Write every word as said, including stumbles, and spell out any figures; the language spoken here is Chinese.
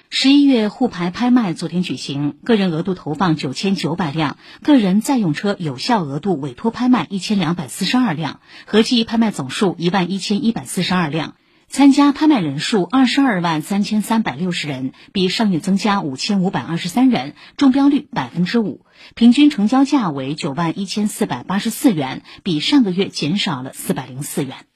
十一月沪牌拍卖昨天举行，个人额度投放九千九百辆，个人在用车有效额度委托拍卖一千两百四十二辆，合计拍卖总数一万一千一百四十二辆，参加拍卖人数二十二万三千三百六十人，比上月增加五千五百二十三人，中标率百分之五，平均成交价为九万一千四百八十四元，比上个月减少了四百零四元。